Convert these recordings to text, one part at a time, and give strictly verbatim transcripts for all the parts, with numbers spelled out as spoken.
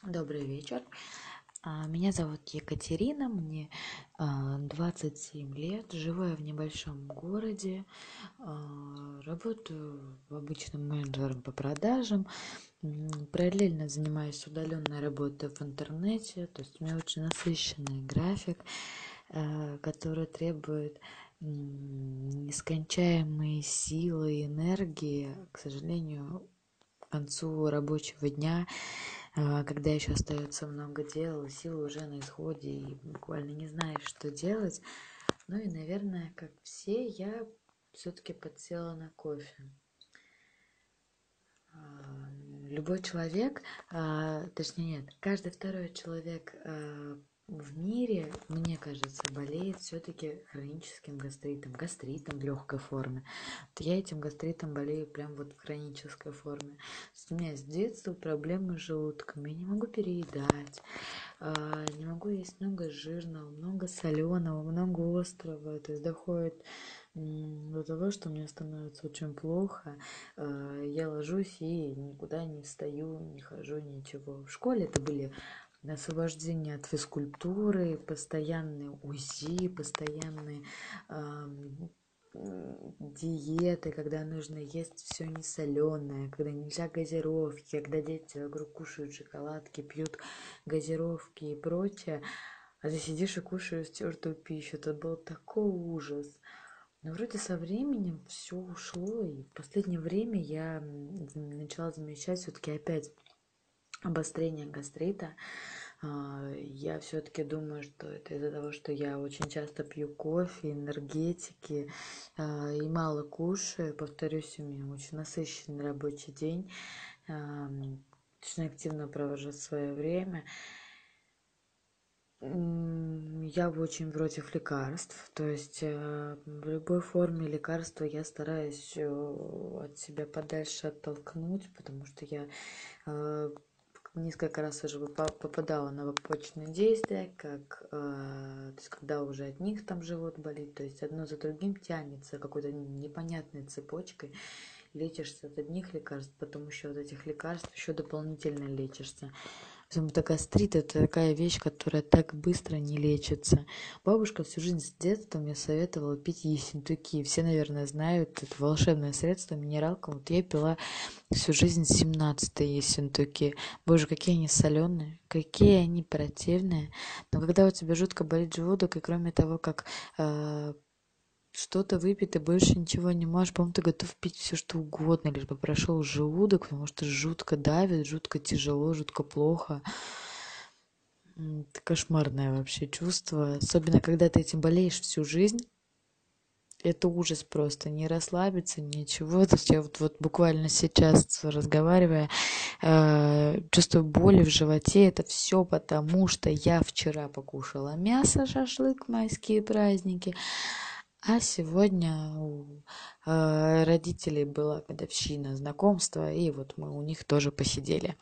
Добрый вечер. А, Меня зовут Екатерина, мне а, двадцать семь лет, живу я в небольшом городе, а, работаю обычным менеджером по продажам, м, параллельно занимаюсь удаленной работой в интернете, то есть у меня очень насыщенный график, а, который требует м, нескончаемой силы и энергии. К сожалению, к концу рабочего дня, а, когда еще остается много дел, силы уже на исходе и буквально не знаешь, что делать. Ну и, наверное, как все, я все-таки подсела на кофе. А, Любой человек, а, точнее нет, каждый второй человек а, в мире, мне кажется, болеет все-таки хроническим гастритом, гастритом в легкой форме. Вот я этим гастритом болею прям вот в хронической форме. То есть у меня с детства проблемы с желудком, я не могу переедать, а, не могу есть много жирного, много соленого, много острого. То есть доходит м, до того, что мне становится очень плохо. А, Я ложусь и никуда не встаю, не хожу, ничего. В школе это были освобождение от физкультуры, постоянные УЗИ, постоянные ам, м, диеты, когда нужно есть все несоленое, когда нельзя газировки, когда дети вокруг кушают шоколадки, пьют газировки и прочее, а ты сидишь и кушаешь стертую пищу. Это был такой ужас. Но вроде со временем все ушло, и в последнее время я м, зам- начала замечать все-таки опять обострение гастрита. А, Я все-таки думаю, что это из-за того, что я очень часто пью кофе, энергетики а, и мало кушаю. Повторюсь, у меня очень насыщенный рабочий день. Ам, Очень активно провожу свое время. М, Я очень против лекарств, то есть э, в любой форме лекарства я стараюсь э, от себя подальше оттолкнуть, потому что я э, несколько раз уже попа- попадала на побочные действия, как э, то есть когда уже от них там живот болит, то есть одно за другим тянется какой-то непонятной цепочкой, лечишься от одних лекарств, потом еще от этих лекарств еще дополнительно лечишься. Потому что гастрит — это такая вещь, которая так быстро не лечится. Бабушка всю жизнь с детства мне советовала пить ессентуки. Все, наверное, знают это волшебное средство, минералка. Вот я пила всю жизнь семнадцатые ессентуки. Боже, какие они соленые, какие они противные. Но когда у тебя жутко болит желудок, и кроме того, как э, что-то выпить, ты больше ничего не можешь. По-моему, ты готов пить все, что угодно, лишь бы прошел желудок, потому что жутко давит, жутко тяжело, жутко плохо. М, Это кошмарное вообще чувство. Особенно, когда ты этим болеешь всю жизнь. Это ужас просто. Не расслабиться, ничего. То есть я вот, вот буквально сейчас, разговаривая, э, чувствую боли в животе. Это все потому, что я вчера покушала мясо, шашлык, майские праздники. А сегодня у э, родителей была годовщина знакомства, и вот мы у них тоже посидели.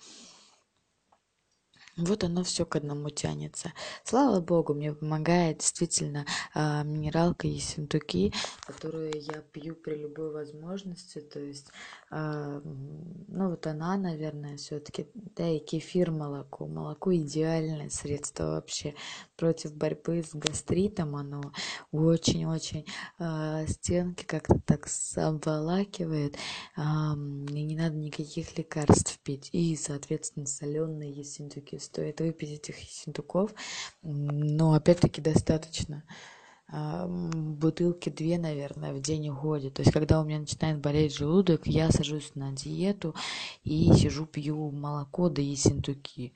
Вот оно все к одному тянется. Слава богу, мне помогает действительно а, минералка Ессентуки, которую я пью при любой возможности. То есть, а, м, ну вот она, наверное, все-таки, да, и кефир, молоко. Молоко идеальное средство вообще против борьбы с гастритом. Оно очень-очень а, стенки как-то так обволакивает. Ам, и не надо никаких лекарств пить. И, соответственно, соленые ессентуки. Стоит выпить этих ессентуков, но опять-таки достаточно. Ам, Бутылки две, наверное, в день уходит. То есть, когда у меня начинает болеть желудок, я сажусь на диету и сижу, пью молоко да ессентуки.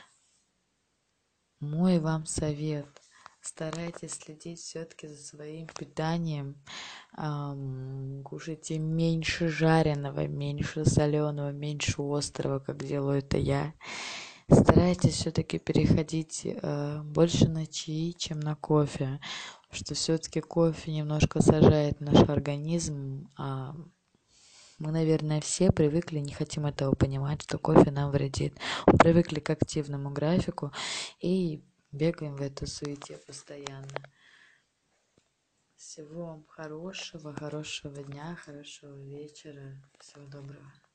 Мой вам совет. Старайтесь следить все-таки за своим питанием. Ам, кушайте меньше жареного, меньше соленого, меньше острого, как делаю это я. Старайтесь все-таки переходить э, больше на чаи, чем на кофе, что все-таки кофе немножко сажает наш организм, а мы, наверное, все привыкли, не хотим этого понимать, что кофе нам вредит. Мы привыкли к активному графику и бегаем в этой суете постоянно. Всего вам хорошего, хорошего дня, хорошего вечера. Всего доброго.